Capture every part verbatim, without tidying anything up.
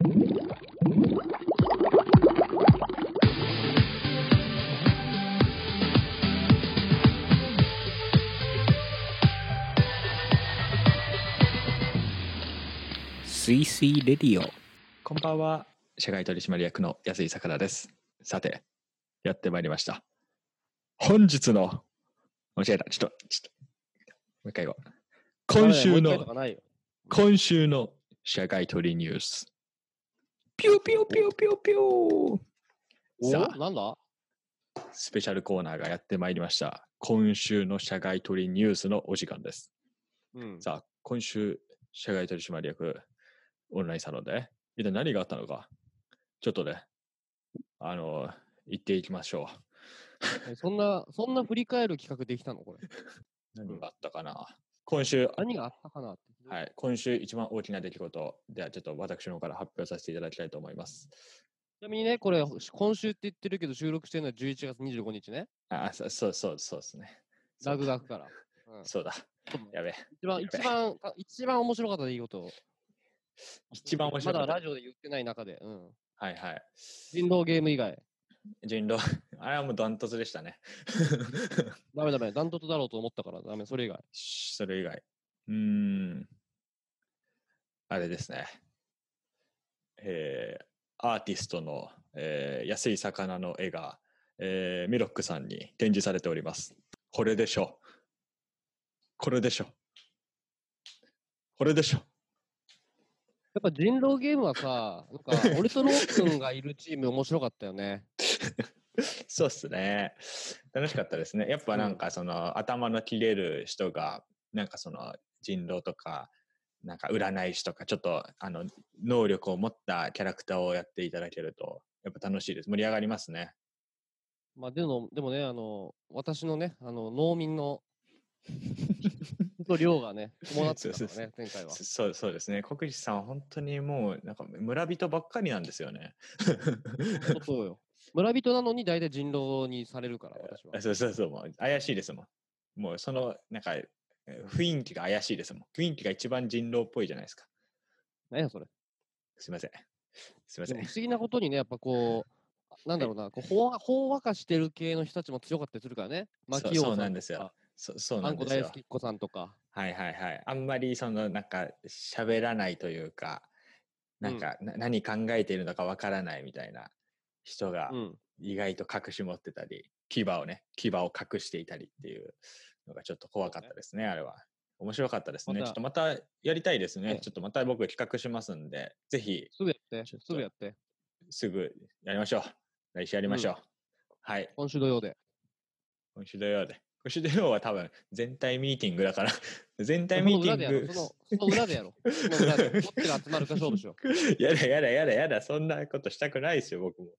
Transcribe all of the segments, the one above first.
スイスイレディオ。 こんばんは、社外取締役の安井さくらです。さて、やってまいりました。本日の、間違えた、ちょっと、ちょっと、もう一回言おう。今週の、今週の社外取りニュース。ピューピューピューピューピュー。さあ、 なんだスペシャルコーナーがやってまいりました。今週の社外取りニュースのお時間です。うん、さあ、今週、社外取締役、オンラインサロンで、一体何があったのか、ちょっとね、あの、言っていきましょう。そんな、そんな振り返る企画できたのこれ。 何があったかな、うん、今週、 何があったかなって。 はい、今週一番大きな出来事では、ちょっと私の方から発表させていただきたいと思います。 ちなみにね、これ、今週って言ってるけど、収録してるのはじゅういちがつにじゅうごにちね。 あ、そうそうそうそうですね。 ラグがくから。 うん、そうだ。やべえ。 一番、一番、一番面白かった出来事。 一番面白かった。 まだラジオで言ってない中で。うん。 はいはい。 人狼ゲーム以外。 人狼、あれはもうダントツでしたね。 ダメダメ、ダントツだろうと思ったからダメ、それ以外。 それ以外。うーん。あれですね。えー、アーティストの、えー、安い魚の絵が、えー、ミロックさんに展示されております。これでしょ。これでしょ。これでしょ。 やっぱ人狼ゲームはさ、なんか俺とロー君がいるチーム面白かったよね。 そうっすね。楽しかったですね。やっぱなんかその、うん、頭の切れる人がなんかその人狼とかなんか占い師とかちょっとあの能力を持ったキャラクターをやっていただけるとやっぱ楽しいです。盛り上がりますね。 まあでもでもねあの私のねあの農民のと量がね伴ってたからね前回は。 そうそうですね。国士さんは本当にもうなんか村人ばっかりなんですよね。 そうよ。村人なのに大体人狼にされるから私は。 そうそうそう、もう怪しいですもん。もうそのなんか雰囲気が怪しいですもん。雰囲気が一番人狼っぽいじゃないですか。 何やそれ。 すみません。すみません。 不思議なことにねやっぱこうなんだろうな、こうほんほんわかしてる系の人たちも強かったりするからね。 牧陽さんとか。そうなんですよ。そそうなんですよ。 あんこ大好きっ子さんとか。 はいはいはい。あんまりそのなんか喋らないというか、なんか、うん、な何考えているのかわからないみたいな人が意外と隠し持ってたり、牙をね、牙を隠していたりっていうのがちょっと怖かったですね、あれは。面白かったですね。ちょっとまたやりたいですね。ちょっとまた僕企画しますんで、ぜひ。 すぐやって。すぐやって。 すぐやりましょう。来週やりましょう。うん、はい。 今週土曜で。 今週土曜で。今週土曜は多分全体ミーティングだから全体ミーティングその裏でやろう。その裏でやろう。どっちが集まるか勝負しよう。やだやだやだやだ、そんなことしたくないですよ、僕も。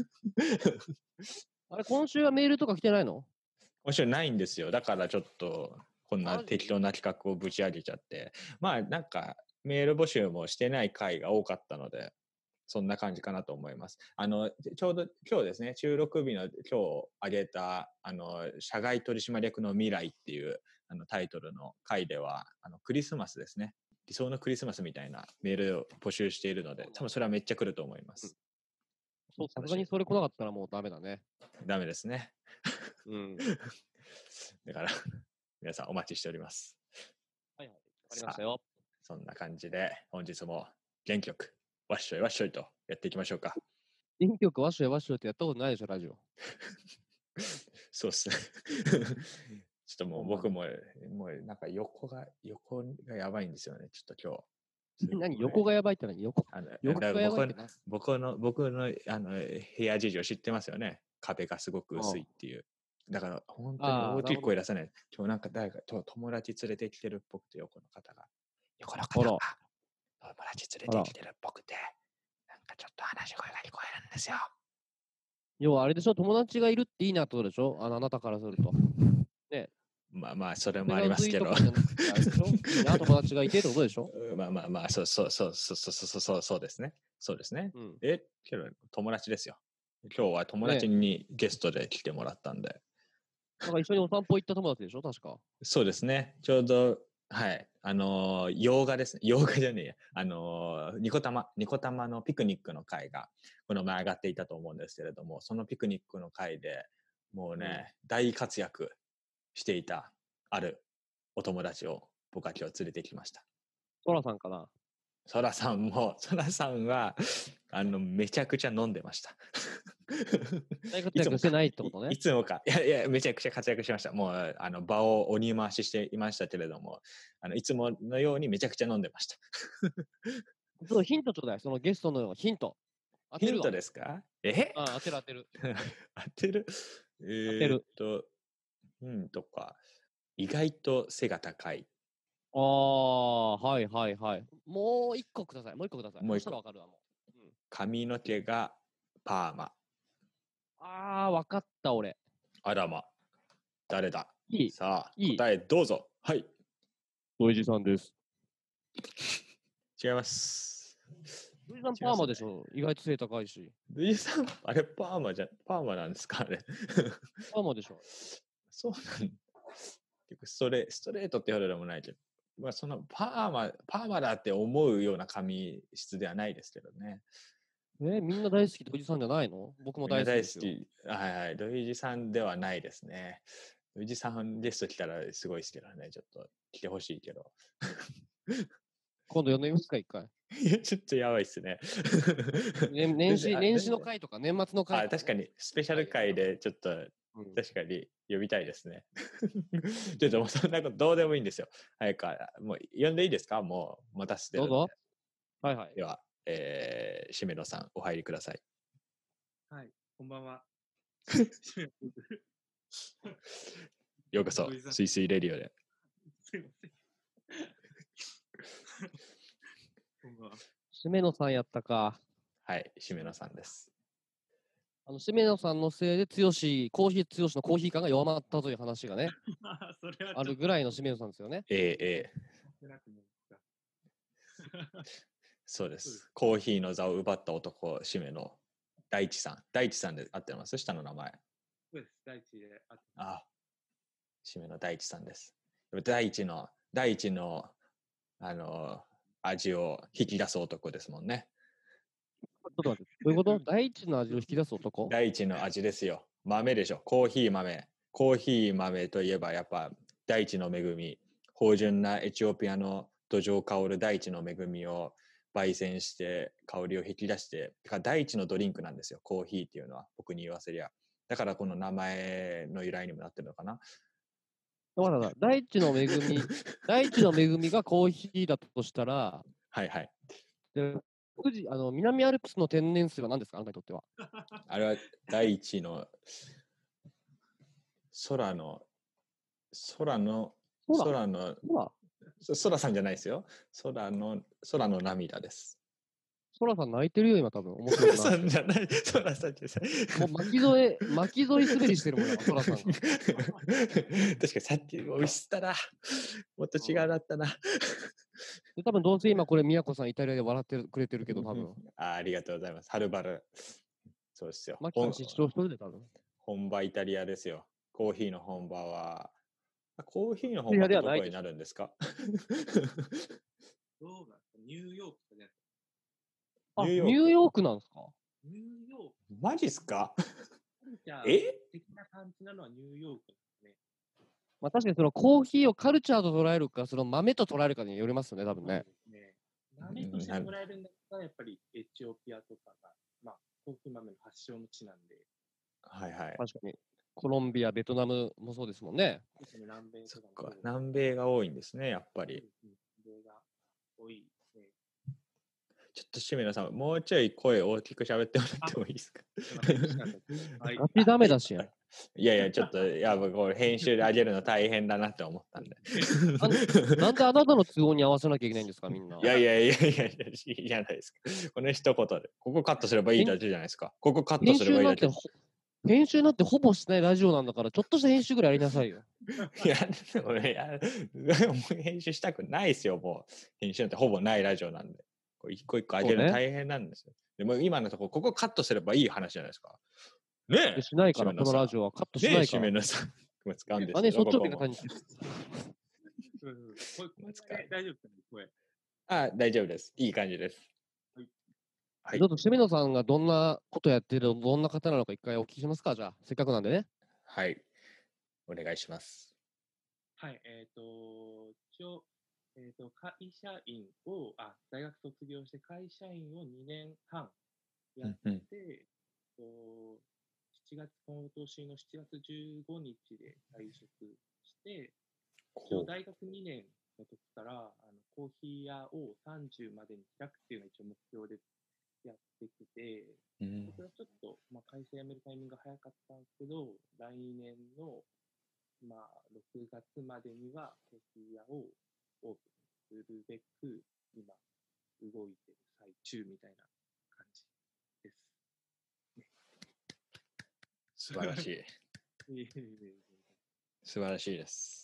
あれ、今週はメールとか来てないの？ 今週ないんですよ。だからちょっとこんな適当な企画をぶち上げちゃって。まあなんかメール募集もしてない回が多かったので、そんな感じかなと思います。あの、ちょうど今日ですね、収録日の今日上げた、あの、社外取締役の未来っていうあのタイトルの回では、あの、クリスマスですね。理想のクリスマスみたいなメールを募集しているので、多分それはめっちゃ来ると思います。 そう、さすがにそれ来なかったらもうダメだね。 ダメですね。 うん。 だから、皆さんお待ちしております。 はいはい。わかりましたよ。 そんな感じで、本日も元気よく。わっしょいわっしょいとやっていきましょうか。 元気よくわっしょいわっしょいってやったことないでしょ、ラジオ。 そうっすね。ちょっともう僕も、もうなんか横が、横がやばいんですよね、ちょっと今日。何横がやばいって何横あの横がやばいって何僕の、僕のあの部屋事情知ってますよね。壁がすごく薄いっていう。だから本当に大きい声出さない。今日なんか誰か友達連れてきてるっぽくて、横の方が。横の方が。友達連れてきてるっぽくて、なんかちょっと話し声が聞こえるんですよ。 要はあれでしょ、友達がいるっていいなってことでしょ、あのあなたからすると。ね。 まあまあ、それもありますけど。いいな、友達がいてってことでしょ。 まあまあまあ、そうそうそうそうそうそうそうそうですね。そうですね。うん、え、けど友達ですよ。今日は友達にゲストで来てもらったんで。 なんか一緒にお散歩行った友達でしょ、確か。 そうですね。ちょうどはい。あのー洋画ですね。洋画じゃねえや。あのーニコタマ、ニコタマのピクニックの回が、この前上がっていたと思うんですけれども、そのピクニックの回でもうね、大活躍していた、あるお友達を僕は今日連れてきました。 ソラさんかな。 ソラさんも、ソラさんは、あの、めちゃくちゃ飲んでました。 大活躍してないってことねいつもか。いやいや、めちゃくちゃ活躍しました。もう、あの、場を鬼回ししていましたけれども、あの、いつものようにめちゃくちゃ飲んでました。 ちょっとヒントちょうだい。そのゲストのヒント。当てるわ。 ヒントですか？えあ当てる当てる。 当てるえー、っと、ヒントか。意外と背が高い。 ああ、はいはいはい。もう一個ください。もう一個ください。 もう一個そしたらわかるわ、もう。うん、 髪の毛がパーマ。 ああ、わかった俺。 あらま。誰だいい。 さあ、 いい答えどうぞ。はい。 土井地さんです。 違います。 土井さんパーマでしょ。意外と背高いし。 土井さん、あれパーマじゃ、パーマなんですかあれ。 パーマでしょ。 そうなん結構ストレストレートってほどでもないけど、まあ、そのパーマ、パーマだって思うような髪質ではないですけどね。 えみんな大好き土井地さんじゃないの？僕もみんな大大好きですよ。 好き。はいはい。土井さんではないですね。土井さんゲスト来たらすごいですけどね。ちょっと来てほしいけど。 今度呼んでみますか、一回。 いや、ちょっとやばいっすね。 ね年始、 あ年始の回とか年末の回あ、 とか、ね。 確かに、スペシャル回でちょっと、 うん、 確かに呼びたいですね。ちょっともうそんなことどうでもいいんですよ。早く、もう呼んでいいですか？もう待たせてるんで。 どうぞ。はいはい。 では、えー、しめのさん、お入りください。 はい、こんばんは。 ようこそ、スイスイレディオで。 すいません。こんばんは。 しめのさんやったか。 はい、しめのさんです。 あのしめのさんのせいで、つよし、コーヒーつよしのコーヒー感が弱まったという話がね、 それはあるぐらいのしめのさんですよね。 ええええ。そうです。コーヒーの座を奪った男、しめの大地さん。大地さんで合ってます？下の名前。 そうです、大地であってます。 ああ、しめの大地さんです。大地の、大地の、あの、味を引き出す男ですもんね。 ちょっと待って、どういうこと大地の味を引き出す男大地の味ですよ。豆でしょ。コーヒー豆。コーヒー豆といえばやっぱ大地の恵み。芳醇なエチオピアの土壌香る大地の恵みを焙煎して香りを引き出して、大地のドリンクなんですよ。コーヒーっていうのは僕に言わせりゃ。だからこの名前の由来にもなってるのかな。 まだだ、大地の恵み、大地の恵みがコーヒーだとしたら、 はいはい。 で富士あの南アルプスの天然水は何ですか、あなたにとっては。 あれは大地の空の空の空空の空空さんじゃないですよ。空の空の涙です。 空さん泣いてるよ、今多分。面白く空さない。 んじゃない。空さんじゃない。 もう巻き添え、巻き添え滑りしてるもん、今空さんが。 確かにさっきもう知ったな。もっと違うだったな。 で多分どうせ今これ、宮子さんイタリアで笑ってくれてるけど、多分。 あありがとうございます。はるばる。そうですよ。 マキさん失笑してるで、多分。 本場イタリアですよ。コーヒーの本場は。コーヒーの本場ってどこになるんですか？ どうなんですか？ニューヨークとね。 あ、ニューヨークなんですか？ ニューヨーク。 マジっすか？ え的な感じなのはニューヨークですね。 まあ確かにそのコーヒーをカルチャーと捉えるか、その豆と捉えるかによりますよね、多分ね。 ね豆として捉えるんだったら、やっぱりエチオピアとかが、まあ、コーヒー豆の発祥の地なんで。 はいはい。 確かに。コロンビア、ベトナムもそうですもんね。 南米そっか、南米が多いんですね、やっぱり。 南米が多いですね。 ちょっとしめのさん、もうちょい声大きく喋ってもらってもいいですか？ ガチダメだしや。 いやいや、ちょっと、いや、これ編集で上げるの大変だなって思ったんで。 なんであなたの都合に合わせなきゃいけないんですか、みんな。 いやいやいやいやいや、いいじゃないですか。この一言で。ここカットすればいいだけじゃないですか。ここカットすればいいだけ。 編集なんてほぼしないラジオなんだから、ちょっとした編集ぐらいやりなさいよ。 いや、俺や、編集したくないですよ、もう。編集なんてほぼないラジオなんで。こう一個一個上げるの大変なんですよ。でも今のところ、ここカットすればいい話じゃないですか。ねえ。 しないから、このラジオはカットしないから。 ねえ、しめのさん。使うんですあね、そっちを味方に。 うんうん、これ、これね大丈夫かな、声。 あ、大丈夫です。いい感じです。 はい。 はいちょっと、シメノさんがどんなことやってる、どんな方なのか一回お聞きしますか、じゃあ。せっかくなんでね。 はい。お願いします。 はい、えっ、と、一応、えっ、と、会社員を、あ、大学卒業して会社員をにねんはんやって、 うんうんえっと、しちがつ、この年のしちがつじゅうごにちで退職して、一応こ大学にねんの時からあのコーヒー屋をさんじゅうまでに開くっていうのが一応目標でやってきて、 う。うん僕はちょっと、まあ、会社辞めるタイミングが早かったんですけど、来年の、まあ、ろくがつまでにはコーヒー屋をオープンするべく、今、動いてる最中みたいな感じです。 素晴らしい。 いえいえいえいえ素晴らしいです。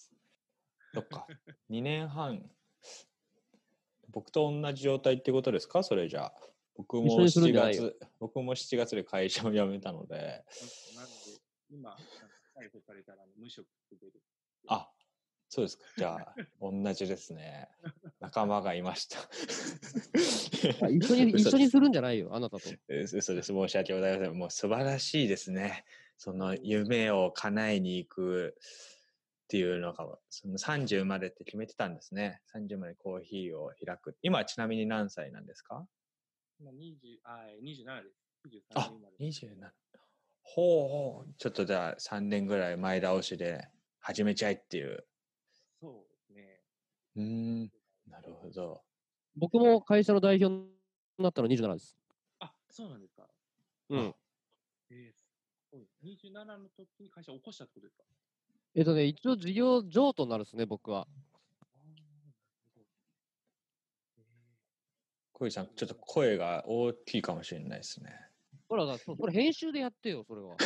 そっか。にねんはん。僕と同じ状態ってことですか、それじゃあ。僕も一緒にするん 7 じゃないよ。 月、僕もしちがつで会社を辞めたので、 なんで、今、なんか逮捕されたらあの無職滑る。 あ、そうですか。じゃあ、同じですね。仲間がいました。 あ一緒に、一緒にするんじゃないよ、あなたと。 嘘です。申し訳ございません。もう素晴らしいですね。その夢を叶えに行くっていうのが、そのさんじゅうまでって決めてたんですね。さんじゅうまでコーヒーを開く。今はちなみに何歳なんですか？ 今にじゅう、あ、にじゅうななです。きゅうじゅうさんあねん生まれ。 にじゅうなな。ほうほう。ちょっとじゃあさんねんぐらい前倒しで始めちゃいっていう。 そうですね。 うーん。なるほど。 僕も会社の代表になったのにじゅうななです。 あ、そうなんですか。 うんあ。 えー、すごい。にじゅうななの時に会社を起こしたってことですか？ えっとね、一応事業譲渡になるですね、僕は。 ああ、なるほど。え小池さん、ちょっと声が大きいかもしれないですね。 ほら、そそれ編集でやってよ、それは。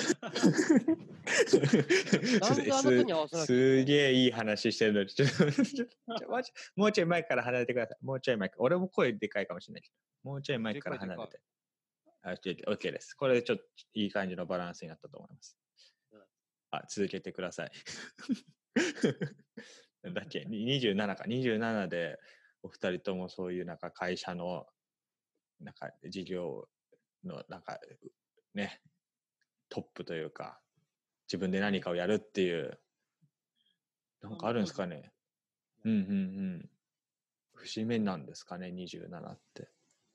ななんであなたに合わせなきゃいけないの？ すげえいい話してるのに、ちょっとちょちょもうちょいもうちょい前から離れてください。もうちょい前から。俺も声でかいかもしれないけど、もうちょい前から離れて。あ、OK です。これちょっといい感じのバランスになったと思います。あ、続けてください。だっけ、にじゅうななか、にじゅうななでお二人ともそういうなんか会社のなんか事業のなんかね、トップというか、自分で何かをやるっていう、なんかあるんですかね。うんうんうん。節目なんですかね、にじゅうななって。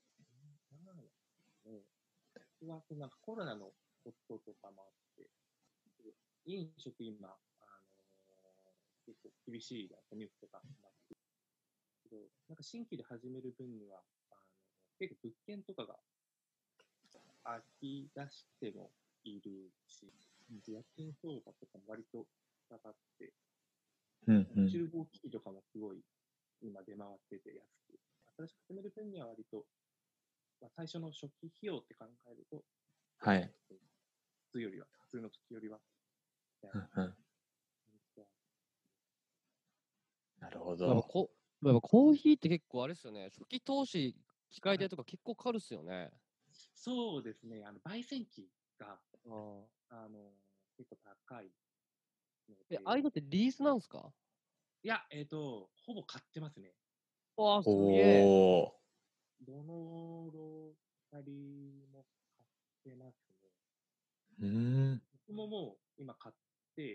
僕はなんかコロナのこととかもあって、飲食今、あのー、結構厳しいニュースとかもあってけど、なんか新規で始める分には、あの結構物件とかが空き出してもいるし、家賃相場とかも割と下がって、 うんうん、 厨房機器とかもすごい今出回ってて安く、新しく始める分には割と、まあ、最初の初期費用って考えると、 はい。 普通よりは、普通の時よりは。 うんうん、なるほやっぱど。 こやっぱコーヒーって結構あれですよね、初期投資、機械代とか結構かかるっすよね。 そうですね、あの焙煎機がああの結構高いのえ、 で。 ああいうのってリースなんすか？ いや、えっ、ー、と、ほぼ買ってますね。 ああ、すげえ。 おどのロータリーも買ってますね。 ー。うーん。 僕ももう今買って、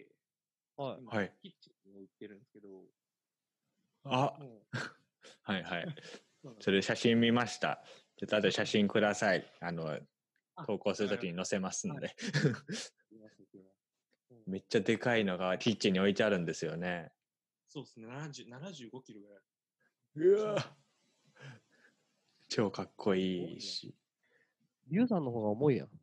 はい。 今はい。 キッチンに置いてるんですけど、 あ、 もはいはい。 うそれ写真見ました。ちょっと後で写真ください。あの、 あ投稿するときに載せますんで。 はいすいませんすいませんうんめっちゃでかいのがキッチンに置いてあるんですよね。 そうですね、ななじゅう、ななじゅうごキロぐらい。 うわ超かっこいいし。 リュウさんの方が重いやん。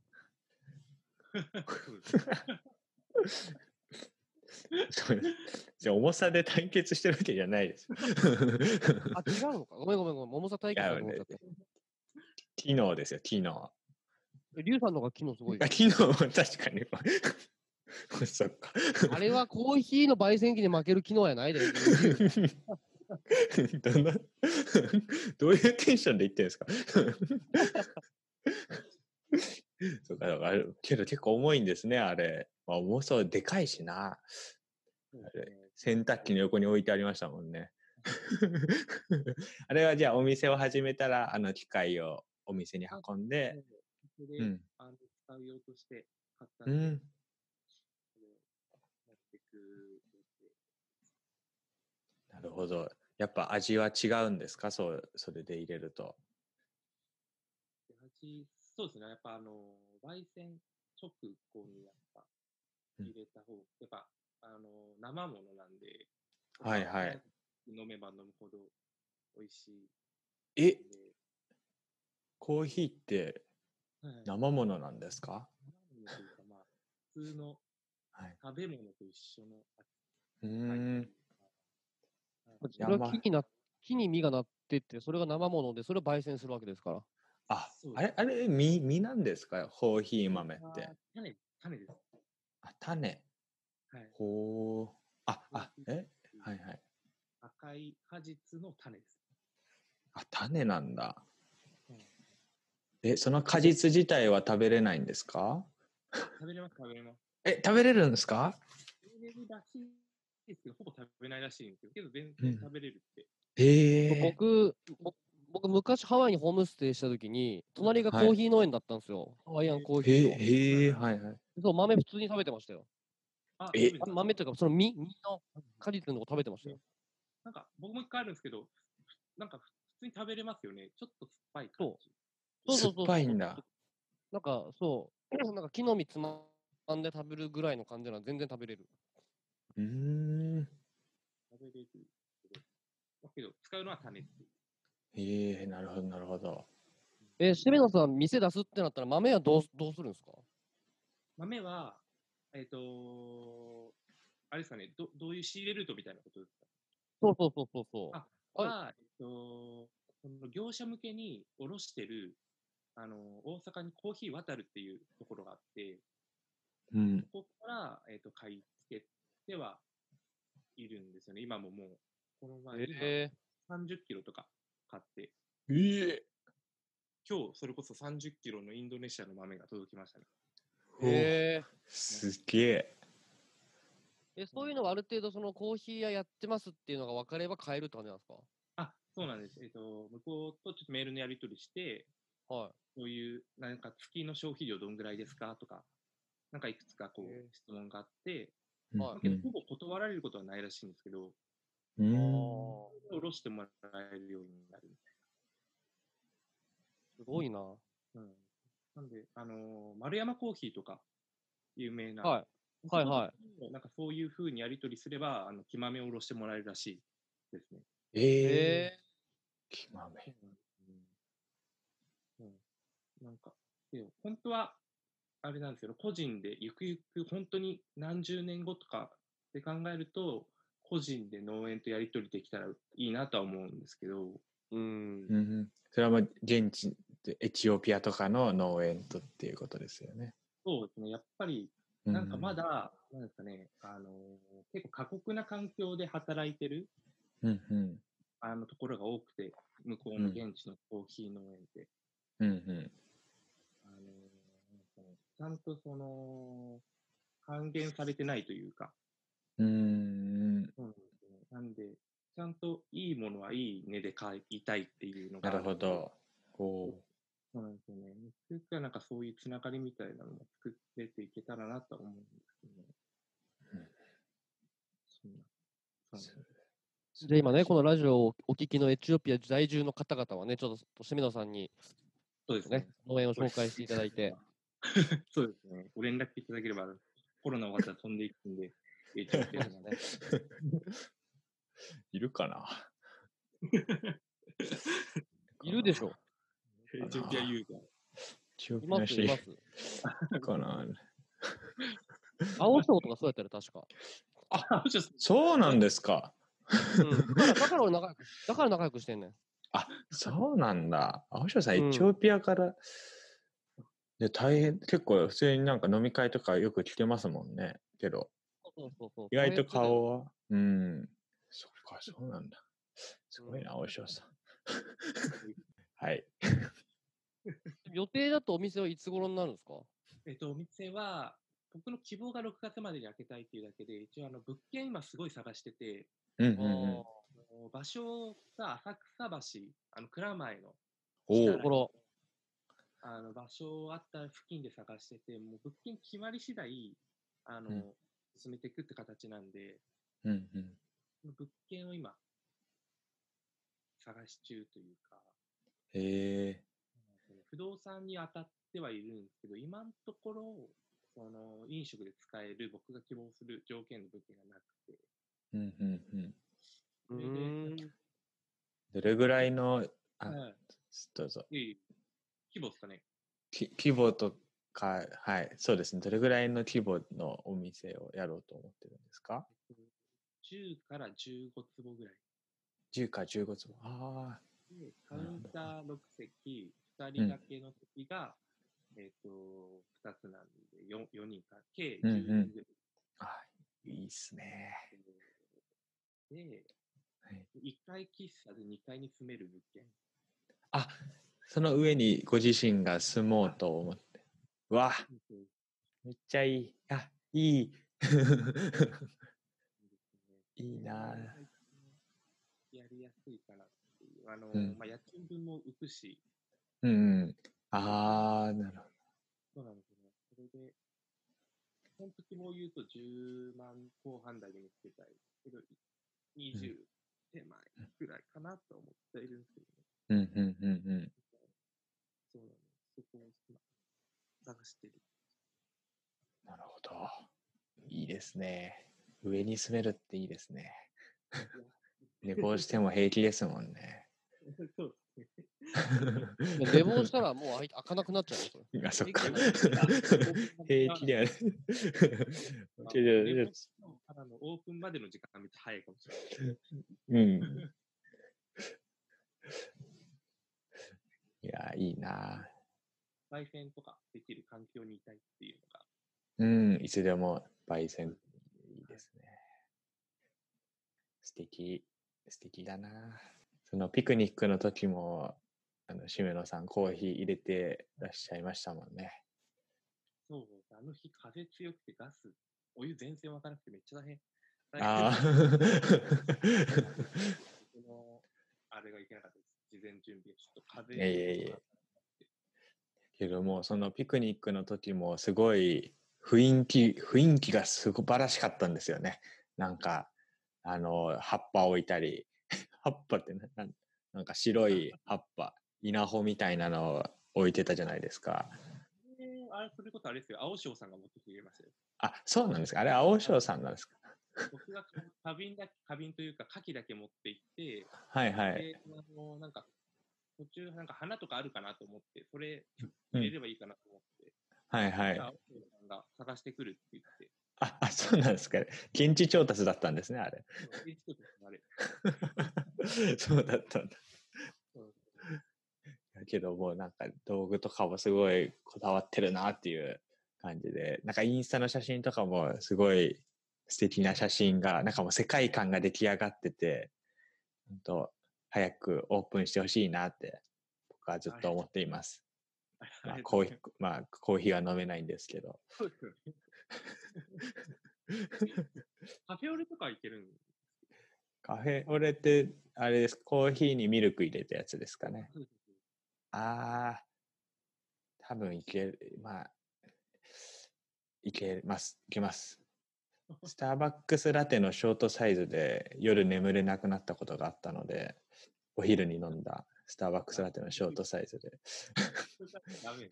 そうじゃ重さで対決してるわけじゃないです。 あ、違うのか。ごめんごめんごめん。重さ対決だと思っちゃった。 機能ですよ、機能。 えリュウさんの方が機能すごいよ。 機能は確かに。そっか。 あれはコーヒーの焙煎機に負ける機能やないで。 どんなどういうテンションで言ってるんですか？そうか、けど結構重いんですね、あれ。まあ、重そう、でかいしな。 そうですね、 洗濯機の横に置いてありましたもんね。あれはじゃあお店を始めたら、あの機械をお店に運んで、 それで、 うんあの使う用として買ったうんで、 ん、 それを持ってく予定。 なるほど。やっぱ味は違うんですか？そう、それで入れると。 で味そうですね。やっぱあの、焙煎直後にやっぱうん入れた方、やっぱあの、生ものなんで、 はいはいやっぱ長く飲めば飲むほど美味しいえ、 んで、 コーヒーってはい。 生ものなんですか？ 生ものというか、まあ、普通のはい。 食べ物と一緒のうー扱いといん。 うか、はいそれは木にな、木に実がなってって、それが生もので、それを焙煎するわけですから。 あ、 そうあれ、あれ、実、実なんですか？コーヒー豆っあて。 種、種です。 あ、種。 はい。 ほう。あ、あ、 コーヒーえはいはい。 赤い果実の種です。 あ、種なんだ。 うんえ、その果実自体は食べれないんですか？ あ、食べれます、食べれます。 え、食べれるんですか？ 食べれるらしいですけど、ほぼ食べないらしいんですけど、けど全うん然食べれるって。 へえ。 僕、ぼ僕、昔ハワイにホームステイしたときに、隣がはいコーヒー農園だったんですよ。ハワイアンコーヒへえ、 ーの。 へえ、はいはい。 そう、豆普通に食べてましたよ。 あ、 えあ食べるんですか？ 豆というか、その実、実の果実のとこ食べてましたよ。 なんか、僕も一回あるんですけど、なんか普通に食べれますよね。ちょっと酸っぱい感そうじ。 そう酸っそうそうそう。 ぱいんだ。 なんか、そう、なんか木の実つまんで食べるぐらいの感じなら全然食べれる。 うーん。 食べれるけど、だけど、使うのは種っていう。 へえ、なるほど、なるほど。 え、シメノさん、店出すってなったら豆はどうどうするんですか？ 豆は、えっ、とあれですかね、どどういう仕入れルートみたいなことですか？ そうそうそうそうそう。 あ、 はい。 は、えっと、その業者向けに卸してる、あの、大阪にコーヒー渡るっていうところがあって、 うんそ。こから、えっと、買い付けてはいるんですよね。今ももう、この前、今、 えさんじゅっキロとか買って、 ええ。 今日それこそさんじゅっキロのインドネシアの豆が届きましたね。 ー、えすげえ。 ー、え、そういうのはある程度そのコーヒー屋やってますっていうのが分かれば買えるって感じなんですか？ あ、そうなんです。えっと、向こうとちょっとメールのやり取りして、 はそういう、なんか月の消費量どんぐらいですかとか、なんかいくつかこへう質問があって、 うんはいまあ、けどほぼ断られることはないらしいんですけど、 うい。あん。 あ、 下ろしてもらえるようになるみすごいな。 たいな。うん。なんで、あのー丸山コーヒーとか有名な、 はい。はいはそことなんかそういうふうにやり取りすれば、あの、木豆を下ろしてもらえるらしいですね。 い。 ええ。 え木豆。 うん。うん。なんか、でも本当は、あれなんですけど、個人でゆくゆく本当に何十年後とかって考えると、個人で農園とやり取りできたらいいなとは思うんですけど、 ー、うん。 うん。それはもう現地でエチオピアとかの農園とっていうことですよね。 そうですね、やっぱり、 うんなんかまだ、なんですかね、あのー結構過酷な環境で働いてるうんうんあのところが多くて、向こうの現地のコーヒー農園って、 うんうんあのーなんかねちゃんとその、還元されてないというか、 うーん。 そうなんですね。なんで、ちゃんといいものはいい値で買いたいっていうのなるがあるんで、 ほど。こそうなんですよね。ゆくゆくはなんかそういうつながりみたいなのも作れていけたらなとは思うんですけどね。 うんそんなそうなんですで、今ね、このラジオをお聞きのエチオピア在住の方々はね、ちょっと、シメノさんに、 そうですねね。、農園を紹介していただいて。 そうですね。ご連絡いただければ、コロナ終わったら飛んでいくんで、エチオピアに。 ね、 いるかな。 いるでしょ。 エチオピアユーザー。 エチオいます、 ピア人います。 かな。 青翔とかそうやったら確か。 あ、もしかしてそうなんですか。 うん。だから、だから俺仲良く、だから仲良くしてんねん。 あ、そうなんだ。青翔さん、 うんエチオピアから、で、大変、結構普通になんか飲み会とかよく来てますもんね。けど、 そうそうそう。 意外と大変だよ顔は、うん。そっか、そうなんだ。すごいな、青翔さん。はい。 予定だとお店はいつ頃になるんですか？ えっと、お店は、 僕の希望がろくがつまでに開けたいっていうだけで、一応あの物件今すごい探してて、 うんうんうん。 あーあの場所が浅草橋、あの蔵前のおお下ら。 ところ。 あの場所あった付近で探してて、もう物件決まり次第、あの、 うん進めていくって形なんで、 うんうん。 物件を今、探し中というか、 へえ。 不動産に当たってはいるんですけど、今のところ、その飲食で使える僕が希望する条件の物件がなくて、 うんうんうん。 うそれで、 ーん。 どれぐらいの、あ、 はいどうぞ。 いい規模ですかね。 き規模とか、はい、そうですね。どれぐらいの規模のお店をやろうと思ってるんですか？ じゅうからじゅうごつぼぐらい。 じゅうかじゅうごつぼ。ああ、 で、カウンターろくせき、ふたりうん掛けの席が、えっ、と、ふたつなんで 4, 4人か、計うんじゅうにんぐらい。 あ、いいっすね。 で、 はいいっかい喫茶でにかいに住める物件。 あ、その上にご自身が住もうと思って。うわ、めっちゃいい。あ、いい。いいなぁ。 やりやすいかなっていう。あの、 うんまあ、家賃分も浮くし、 うんうん。ああ、なるほそうなんですよね。それで、本当希望を言うとじゅうまんこう半台で見つけたいけど、にじゅう手前ぐらいかなと思っているんですけどね。 ど。うんうんうんうん。 そうなんです。そこを今探してる。 なるほど。いいですね。上に住めるっていいですね。寝坊しても平気ですもんね。 そうですね。 いや寝坊したらもう開い開かなくなっちゃうよ、それ。 あ、そっか。 平気だ平気ではない。 まあけど寝坊からのオープンまでの時間がめっちゃ早いかもしれない。 うん。いや、いいな。 焙煎とかできる環境にいたいっていうのが。 うん、いつでも焙煎いいですね。素敵、素敵だな。そのピクニックの時も、あの、しめのさんコーヒー入れてらっしゃいましたもんね。 そう、あの日風強くてガス、お湯全然沸かなくてめっちゃ大変。 ああ。 そのあれがいけなかったです。事前準備。ちょっと風いやいやいやけども、そのピクニックの時もすごい雰囲気、雰囲気が素晴らしかったんですよね。なんか、あの、葉っぱ置いたり、葉っぱってな、ななんか白い葉っぱ、稲穂みたいなのを置いてたじゃないですか。 えー、あれ、それこそあれですよ。青潮さんが持ってきてくれましたよ。 あ、そうなんですか。あれ、青潮さんなんですか。 僕が花瓶だ花瓶というか、牡蠣だけ持って行って、 はいはい。 で、あの、なんか、途中、なんか花とかあるかなと思って、それうん、 入れればいいかなと思って、 はいはいじゃあ、青潮さんが探してくるって言って、 あ。あ、そうなんですか。現地調達だったんですね、あれ。 そう現地調達のあれ。 そうだったんだ。 そうだけどもうなんか道具とかもすごいこだわってるなっていう感じで、なんかインスタの写真とかもすごい素敵な写真が、なんかもう世界観が出来上がってて、本当早くオープンしてほしいなって僕はずっと思っています。まあコーヒー、まあコーヒーは飲めないんですけど。 そうですよね。カフェオレとかいけるんカフェオレってあれです、コーヒーにミルク入れたやつですかね。 そうですよね。 ああ、多分いける、まあ、いけます、いけます。スターバックスラテのショートサイズで夜眠れなくなったことがあったので、お昼に飲んだスターバックスラテのショートサイズで。 ダメ。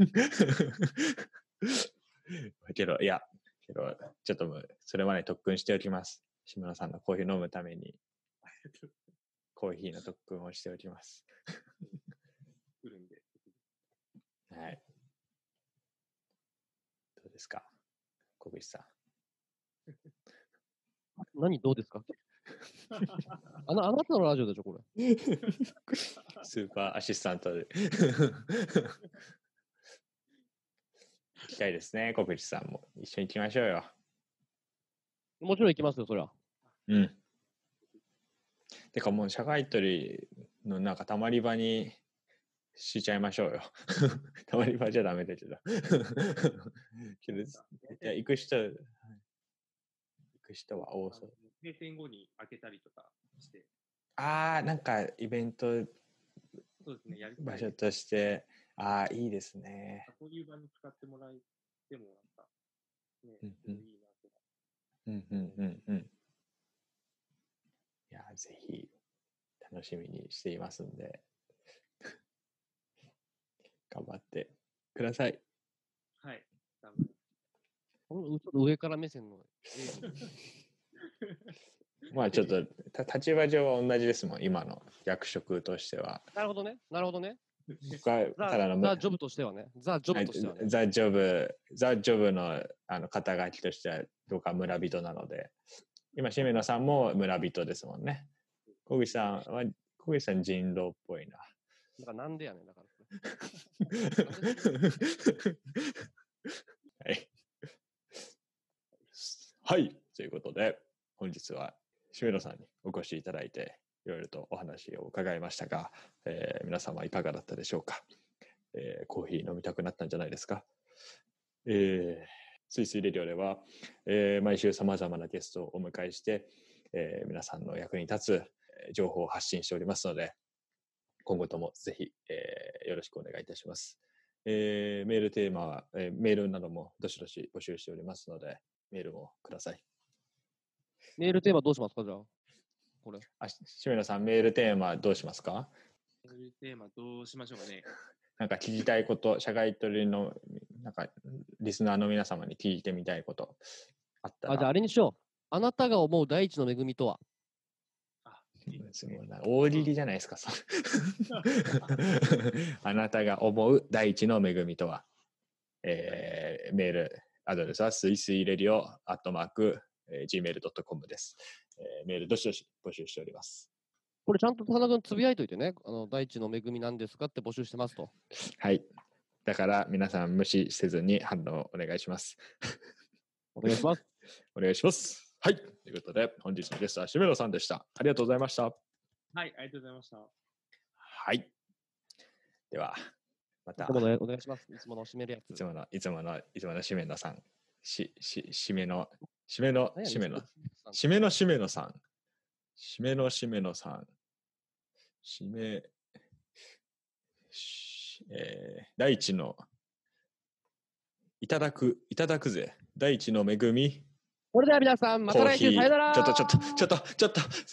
けど、いや、けど、ちょっともうそれまで特訓しておきます。志村さんのコーヒー飲むために、コーヒーの特訓をしておきます。 来るんで。 はい。どうですか、小口さん。 何どうですかあの、あなたのラジオでしょ、これ。 スーパーアシスタントで。行きたいですね、小口さんも。一緒に行きましょうよ。 もちろん行きますよ、そりゃ。 うん。てかもう社会取りのなんかたまり場にしちゃいましょうよ。たまり場じゃダメだけど。けどいや行く人、行く人は多そう。 閉店後に開けたりとかして。 ああ、なんかイベントそうですね、やりたい場所として、ああ、いいですね。 そういう場に使ってもらえても、なんか、ね、 うんうん、 いいなとか。 うんうんうんうん。いや、ぜひ楽しみにしていますんで、頑張ってください。 はい、頑張ります。 このちょっと上から目線の。 まあちょっと立場上は同じですもん、今の役職としては。 なるほどね、なるほどね。 ザ・ただのザ・ジョブとしてはね。ザ・ジョブとしてはね。 ザ・ジョブ、ザ・ジョブのあの肩書きとしては僕は村人なので、今、しめのさんも村人ですもんね。小口さんは、小口さん人狼っぽいな。 だからなんでやねん、だから。 はい。はい。ということで、本日はしめのさんにお越しいただいて、いろいろとお話を伺いましたが、えー、皆様いかがだったでしょうか。えー、コーヒー飲みたくなったんじゃないですか。えー、スイスイレディオでは、えー、毎週さまざまなゲストをお迎えして、えー、皆さんの役に立つ情報を発信しておりますので、今後ともぜひ、えー、よろしくお願いいたします。えー、メールテーマは、えー、メールなどもどしどし募集しておりますので、メールもください。 メールテーマどうしますか、じゃあ。これ。 あ、しめのさん、メールテーマどうしますか？ メールテーマどうしましょうかね。 なんか聞きたいこと、社外取りの、なんか、リスナーの皆様に聞いてみたいことあったら。 あ、じゃああれにしよう。あなたが思う第一の恵みとは？ あ、大喜利じゃないですか。あなたが思う第一の恵みとは、えー、メールアドレスはスイスイレディオアットマーク ジーメールドットコム です、えー。メールどしどし募集しております。 これちゃんと田中君つぶやいといてね。あの第一の恵みなんですかって募集してますと。 はい。だから皆さん無視せずに反応お願いします。 お願いします。 お願いします。はい。ということで、本日のゲストはしめのさんでした。ありがとうございました。 はい、ありがとうございました。 はい。では、また。 いつものお願いします。いつもの締めるやつ。 いつもの、いつもの、いつものしめのさん。し、し、しめの、しめの、しめの、しめのしめのさん。しめのしめのさん。しめ、えー、第一の、いただく、いただくぜ。第一の恵み。 それでは皆さん、また来週、さよなら。 ちょっと、ちょっと、ちょっと、ちょっと。